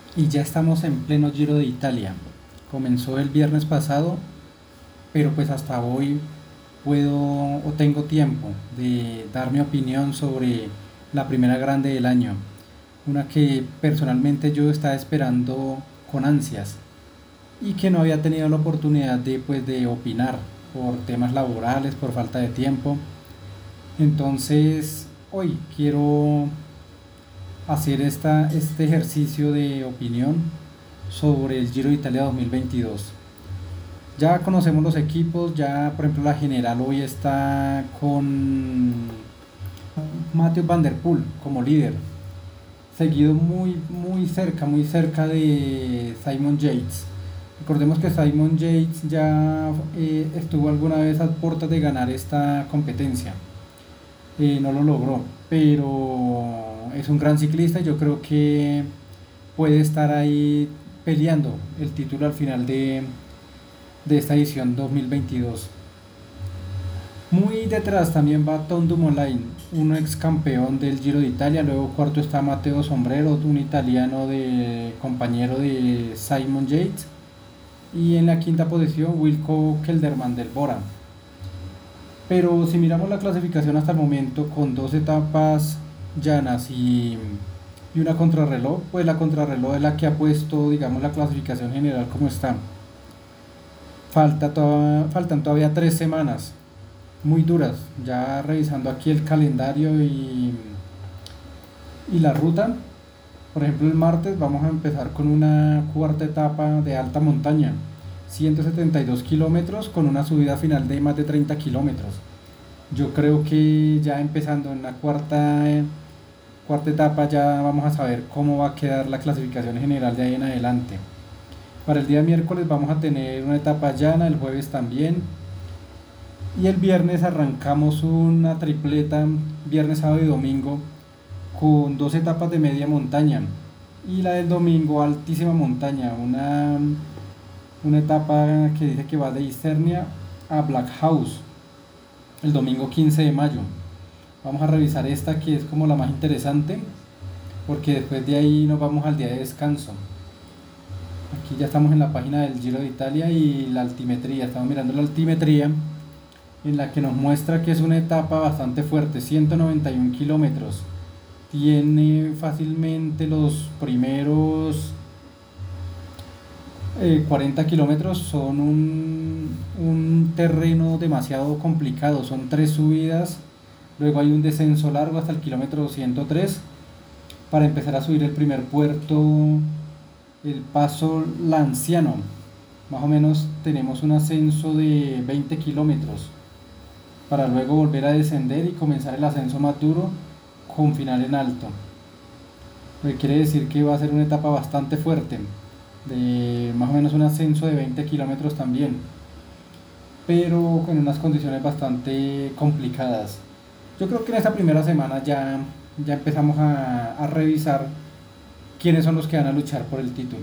Y ya estamos en pleno Giro de Italia. Comenzó el viernes pasado, pero pues hasta hoy puedo o tengo tiempo de dar mi opinión sobre la primera grande del año. Una que personalmente yo estaba esperando con ansias y que no había tenido la oportunidad de opinar por temas laborales, por falta de tiempo. Entonces hoy quiero hacer este ejercicio de opinión sobre el Giro de Italia 2022. Ya conocemos los equipos, ya por ejemplo la general hoy está con Matthew Van Der Poel como líder, seguido muy cerca de Simon Yates. Recordemos que Simon Yates ya estuvo alguna vez a puertas de ganar esta competencia. No lo logró, pero es un gran ciclista y yo creo que puede estar ahí peleando el título al final de esta edición 2022. Muy detrás también va Tom Dumoulin, un ex campeón del Giro de Italia. Luego cuarto está Matteo Sombrero, un italiano de compañero de Simon Yates. Y en la quinta posición Wilco Kelderman del Bora. Pero si miramos la clasificación hasta el momento con dos etapas llanas y una contrarreloj, pues la contrarreloj es la que ha puesto, digamos, la clasificación general como está. Faltan todavía 3 semanas muy duras. Ya revisando aquí el calendario y la ruta, por ejemplo, el martes vamos a empezar con una cuarta etapa de alta montaña, 172 kilómetros con una subida final de más de 30 kilómetros. Yo creo que ya empezando en la cuarta etapa ya vamos a saber cómo va a quedar la clasificación general de ahí en adelante. Para el día miércoles vamos a tener una etapa llana, el jueves también. Y el viernes arrancamos una tripleta, viernes, sábado y domingo, con dos etapas de media montaña. Y la del domingo, altísima montaña, una etapa que dice que va de Isernia a Black House, el domingo 15 de mayo. Vamos a revisar esta que es como la más interesante, porque después de ahí nos vamos al día de descanso. Aquí ya estamos en la página del Giro de Italia y la altimetría. Estamos mirando la altimetría en la que nos muestra que es una etapa bastante fuerte, 191 kilómetros. Tiene fácilmente los primeros 40 kilómetros son un terreno demasiado complicado, son tres subidas, luego hay un descenso largo hasta el kilómetro 103 para empezar a subir el primer puerto, el paso Lanciano. Más o menos tenemos un ascenso de 20 kilómetros para luego volver a descender y comenzar el ascenso más duro con final en alto. Lo que quiere decir que va a ser una etapa bastante fuerte, de más o menos un ascenso de 20 kilómetros también, pero con unas condiciones bastante complicadas. Yo creo que en esta primera semana ya empezamos a revisar quiénes son los que van a luchar por el título.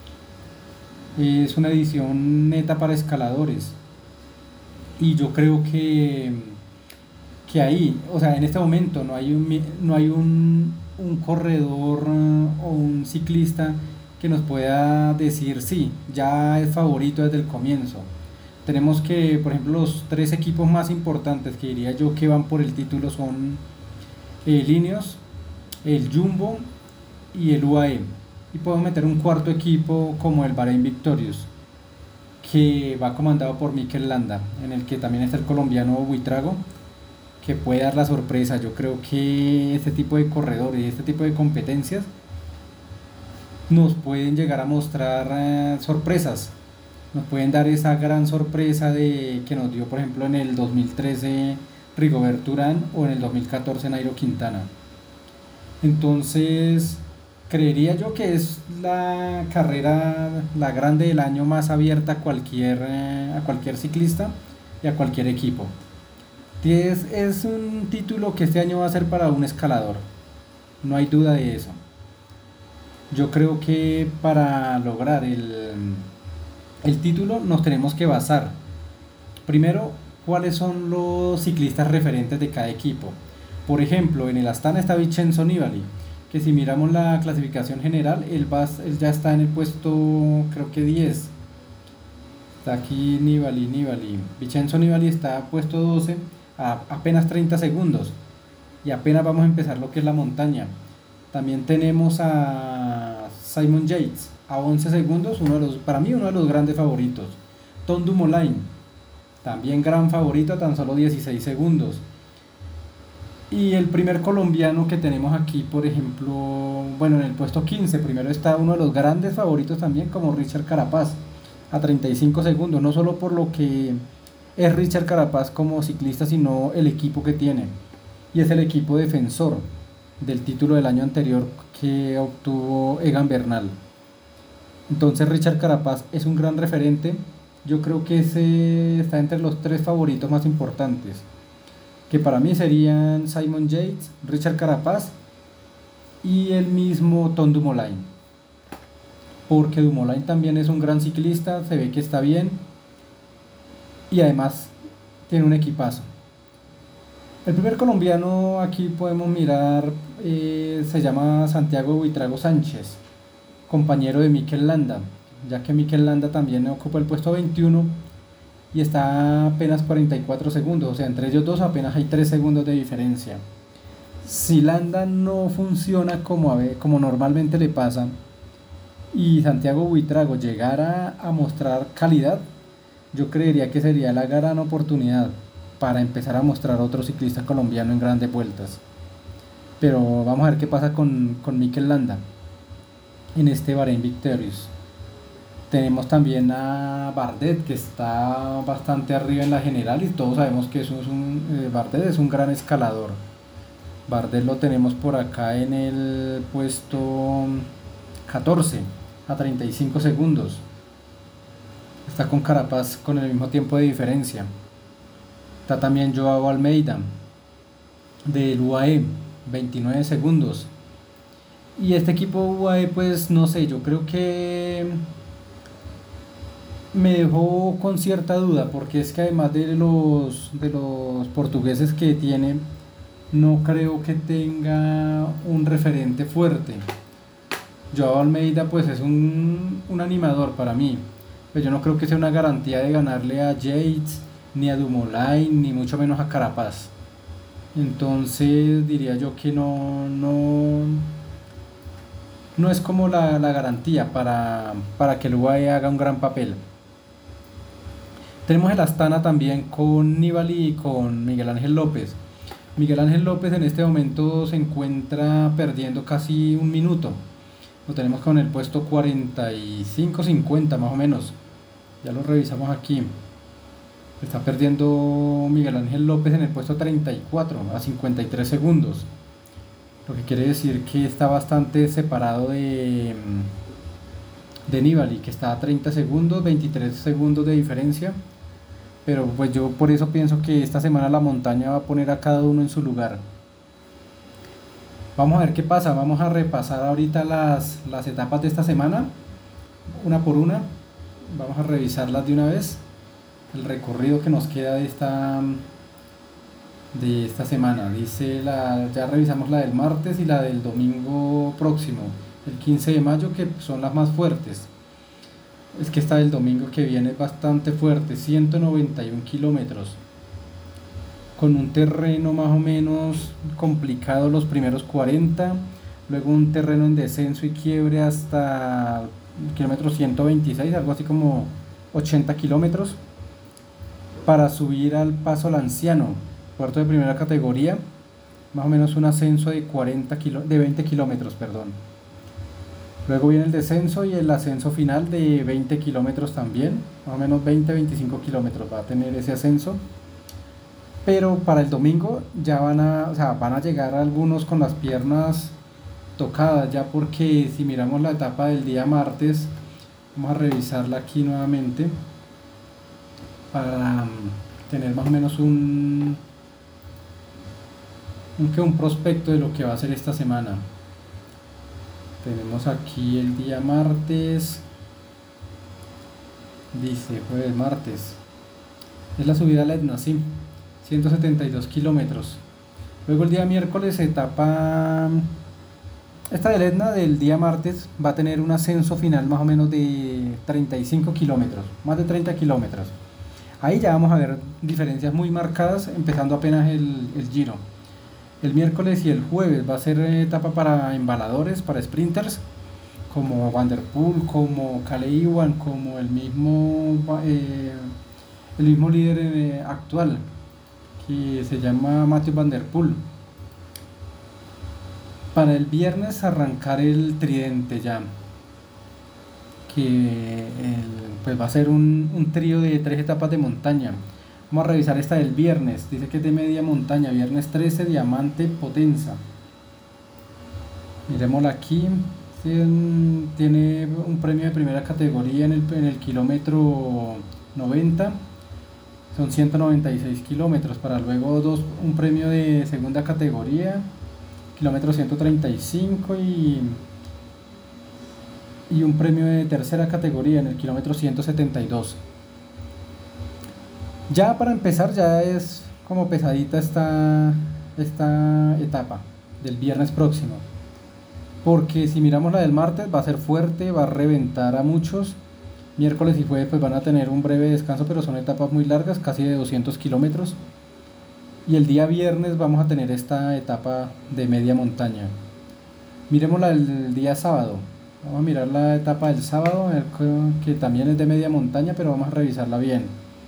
Es una edición neta para escaladores y yo creo que ahí, o sea, en este momento no hay un corredor o un ciclista que nos pueda decir sí, ya es favorito desde el comienzo. Tenemos que, por ejemplo, los tres equipos más importantes que diría yo que van por el título son el Ineos, el Jumbo y el UAE. Y podemos meter un cuarto equipo como el Bahrein Victorious, que va comandado por Mikel Landa, en el que también está el colombiano Buitrago, que puede dar la sorpresa. Yo creo que este tipo de corredores y este tipo de competencias nos pueden llegar a mostrar sorpresas. Nos pueden dar esa gran sorpresa de que nos dio, por ejemplo, en el 2013 Rigobert Urán o en el 2014 Nairo Quintana. Entonces, creería yo que es la carrera, la grande del año más abierta a cualquier ciclista y a cualquier equipo. Es un título que este año va a ser para un escalador, no hay duda de eso. Yo creo que para lograr el título nos tenemos que basar, primero, cuáles son los ciclistas referentes de cada equipo. Por ejemplo, en el Astana está Vincenzo Nibali, que si miramos la clasificación general, él ya está en el puesto, creo que 10. Está aquí Nibali. Vincenzo Nibali está puesto 12 a apenas 30 segundos. Y apenas vamos a empezar lo que es la montaña. También tenemos a Simon Yates a 11 segundos, para mí uno de los grandes favoritos. Tom Dumoulin, también gran favorito a tan solo 16 segundos. Y el primer colombiano que tenemos aquí, por ejemplo, bueno, en el puesto 15, primero está uno de los grandes favoritos también, como Richard Carapaz, a 35 segundos, no solo por lo que es Richard Carapaz como ciclista, sino el equipo que tiene. Y es el equipo defensor del título del año anterior que obtuvo Egan Bernal. Entonces Richard Carapaz es un gran referente. Yo creo que ese está entre los tres favoritos más importantes, que para mí serían Simon Yates, Richard Carapaz y el mismo Tom Dumoulin, porque Dumoulin también es un gran ciclista, se ve que está bien y además tiene un equipazo. El primer colombiano aquí podemos mirar, se llama Santiago Buitrago Sánchez, compañero de Mikel Landa, ya que Mikel Landa también ocupa el puesto 21 y está apenas 44 segundos, o sea, entre ellos dos apenas hay 3 segundos de diferencia. Si Landa no funciona como normalmente le pasa y Santiago Buitrago llegara a mostrar calidad, yo creería que sería la gran oportunidad para empezar a mostrar a otro ciclista colombiano en grandes vueltas. Pero vamos a ver qué pasa con Mikel Landa en este Bahrein Victorious. Tenemos también a Bardet, que está bastante arriba en la general y todos sabemos que Bardet es un gran escalador. Bardet lo tenemos por acá en el puesto 14 a 35 segundos. Está con Carapaz con el mismo tiempo de diferencia. Está también Joao Almeida del UAE, 29 segundos. Y este equipo UAE, pues no sé, yo creo que me dejó con cierta duda, porque es que además de los portugueses que tiene, no creo que tenga un referente fuerte. Joao Almeida pues es un animador para mí, pero yo no creo que sea una garantía de ganarle a Yates, ni a Dumoulin, ni mucho menos a Carapaz. Entonces diría yo que no es como la garantía para que el UAE haga un gran papel. Tenemos el Astana también con Nibali y con Miguel Ángel López. Miguel Ángel López en este momento se encuentra perdiendo casi un minuto. Lo tenemos con el puesto 45-50 más o menos. Ya lo revisamos aquí. Está perdiendo Miguel Ángel López en el puesto 34 a 53 segundos. Lo que quiere decir que está bastante separado de Nibali, que está a 30 segundos, 23 segundos de diferencia. Pero pues yo por eso pienso que esta semana la montaña va a poner a cada uno en su lugar. Vamos a ver qué pasa, vamos a repasar ahorita las etapas de esta semana, una por una. Vamos a revisarlas de una vez, el recorrido que nos queda de esta semana. Ya revisamos la del martes y la del domingo próximo, el 15 de mayo, que son las más fuertes. Es que esta del domingo que viene es bastante fuerte, 191 kilómetros, con un terreno más o menos complicado los primeros 40, luego un terreno en descenso y quiebre hasta el kilómetro 126, algo así como 80 kilómetros, para subir al Paso Lanciano, puerto de primera categoría, más o menos un ascenso de 20 kilómetros, perdón. Luego viene el descenso y el ascenso final de 20 kilómetros también, más o menos 20-25 kilómetros va a tener ese ascenso. Pero para el domingo ya van a llegar algunos con las piernas tocadas, ya porque si miramos la etapa del día martes, vamos a revisarla aquí nuevamente para tener más o menos un prospecto de lo que va a ser esta semana. Tenemos aquí el día martes, dice jueves martes, es la subida al Etna, sí, 172 kilómetros. Luego el día miércoles etapa Esta del Etna del día martes va a tener un ascenso final más o menos de 35 kilómetros, más de 30 kilómetros. Ahí ya vamos a ver diferencias muy marcadas, empezando apenas el Giro. El miércoles y el jueves va a ser etapa para embaladores, para sprinters, como Van der Poel, como Caleb Ewan, como el mismo líder actual, que se llama Mathieu Van der Poel. Para el viernes arrancar el tridente ya, pues va a ser un trío de 3 etapas de montaña. Vamos a revisar esta del viernes, dice que es de media montaña, viernes 13, Diamante Potenza. Miremosla aquí, tiene un premio de primera categoría en el kilómetro 90, son 196 kilómetros, para luego un premio de segunda categoría, kilómetro 135 y un premio de tercera categoría en el kilómetro 172. Ya para empezar ya es como pesadita esta etapa del viernes próximo, porque si miramos la del martes va a ser fuerte, va a reventar a muchos. Miércoles y jueves pues van a tener un breve descanso, pero son etapas muy largas, casi de 200 kilómetros. Y el día viernes vamos a tener esta etapa de media montaña. Miremos la del día sábado. Vamos a mirar la etapa del sábado, que también es de media montaña, pero vamos a revisarla bien.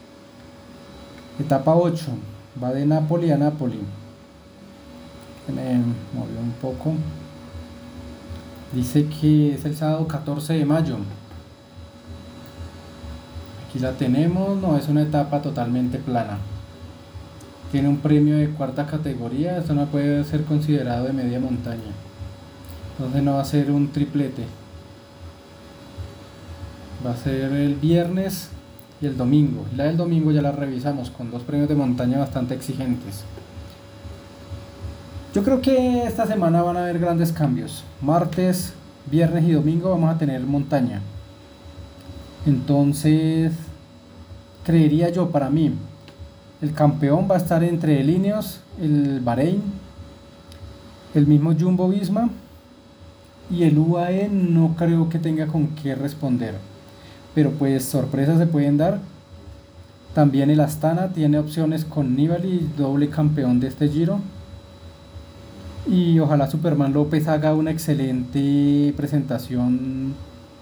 Etapa 8, va de Napoli a Napoli. Me movió un poco. Dice que es el sábado 14 de mayo. Aquí la tenemos, no es una etapa totalmente plana. Tiene un premio de cuarta categoría, esto no puede ser considerado de media montaña. Entonces no va a ser un triplete. Va a ser el viernes y el domingo. La del domingo ya la revisamos con 2 premios de montaña bastante exigentes. Yo creo que esta semana van a haber grandes cambios. Martes, viernes y domingo vamos a tener montaña. Entonces, creería yo, para mí, el campeón va a estar entre el Ineos, el Bahrein, el mismo Jumbo Visma, y el UAE no creo que tenga con qué responder. Pero pues sorpresas se pueden dar. También el Astana tiene opciones con Nibali, doble campeón de este Giro. Y ojalá Superman López haga una excelente presentación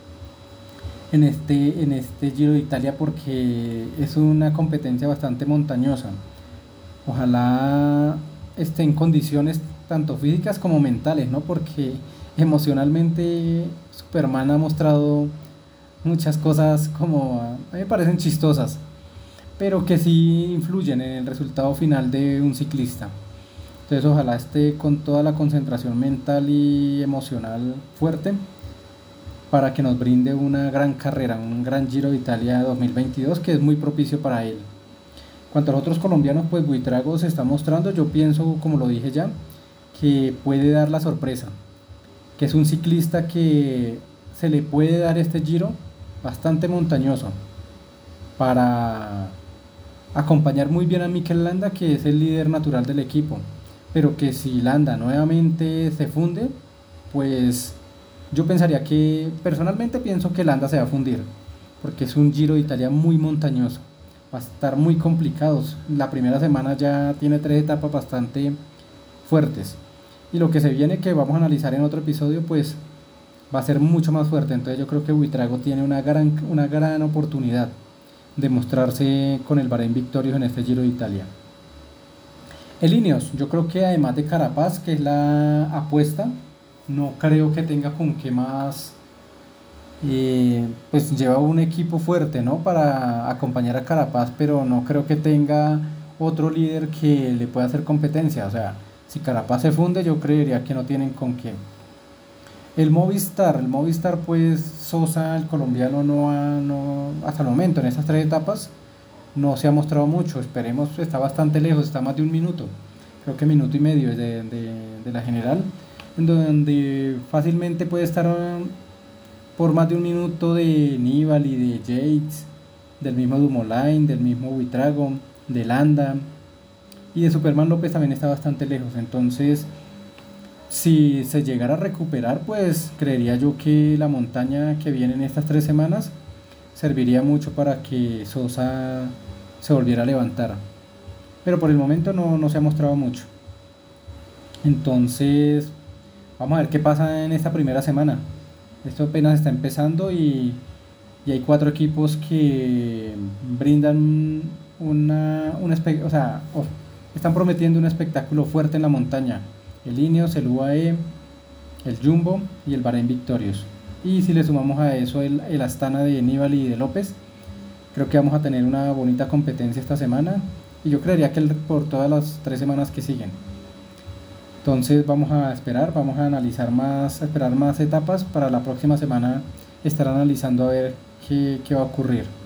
en este Giro de Italia, porque es una competencia bastante montañosa. Ojalá esté en condiciones tanto físicas como mentales, ¿no? Porque emocionalmente Superman ha mostrado muchas cosas como a mí me parecen chistosas, pero que sí influyen en el resultado final de un ciclista. Entonces ojalá esté con toda la concentración mental y emocional fuerte para que nos brinde una gran carrera, un gran Giro de Italia 2022 que es muy propicio para él. Cuanto a los otros colombianos, pues Buitrago se está mostrando, yo pienso, como lo dije ya, que puede dar la sorpresa, que es un ciclista que se le puede dar este Giro bastante montañoso para acompañar muy bien a Mikel Landa, que es el líder natural del equipo, pero que si Landa nuevamente se funde, pues yo pensaría que, personalmente pienso que Landa se va a fundir, porque es un Giro de Italia muy montañoso, va a estar muy complicado. La primera semana ya tiene 3 etapas bastante fuertes, y lo que se viene, que vamos a analizar en otro episodio, pues va a ser mucho más fuerte. Entonces yo creo que Buitrago tiene una gran oportunidad de mostrarse con el Bahrein victorioso en este Giro de Italia. El Ineos, yo creo que además de Carapaz, que es la apuesta, no creo que tenga con qué más, pues lleva un equipo fuerte, ¿no? Para acompañar a Carapaz, pero no creo que tenga otro líder que le pueda hacer competencia. O sea, si Carapaz se funde, yo creería que no tienen con qué. El Movistar pues Sosa, el colombiano, no, hasta el momento en estas 3 etapas no se ha mostrado mucho. Esperemos, está bastante lejos, está más de un minuto, creo que minuto y medio de la general, en donde fácilmente puede estar por más de un minuto de Nibali, de Yates, del mismo Dumoulin, del mismo Buitrago, de Landa, y de Superman López también está bastante lejos. Entonces Si se llegara a recuperar, pues creería yo que la montaña que viene en estas 3 semanas serviría mucho para que Sosa se volviera a levantar. Pero por el momento no se ha mostrado mucho. Entonces, vamos a ver qué pasa en esta primera semana. Esto apenas está empezando y hay 4 equipos que brindan o sea, están prometiendo un espectáculo fuerte en la montaña. El Ineos, el UAE, el Jumbo y el Bahrein Victorious. Y si le sumamos a eso el Astana de Nibali y de López, creo que vamos a tener una bonita competencia esta semana. Y yo creería que por todas las 3 semanas que siguen. Entonces vamos a esperar, vamos a analizar más, a esperar más etapas para la próxima semana estar analizando a ver qué va a ocurrir.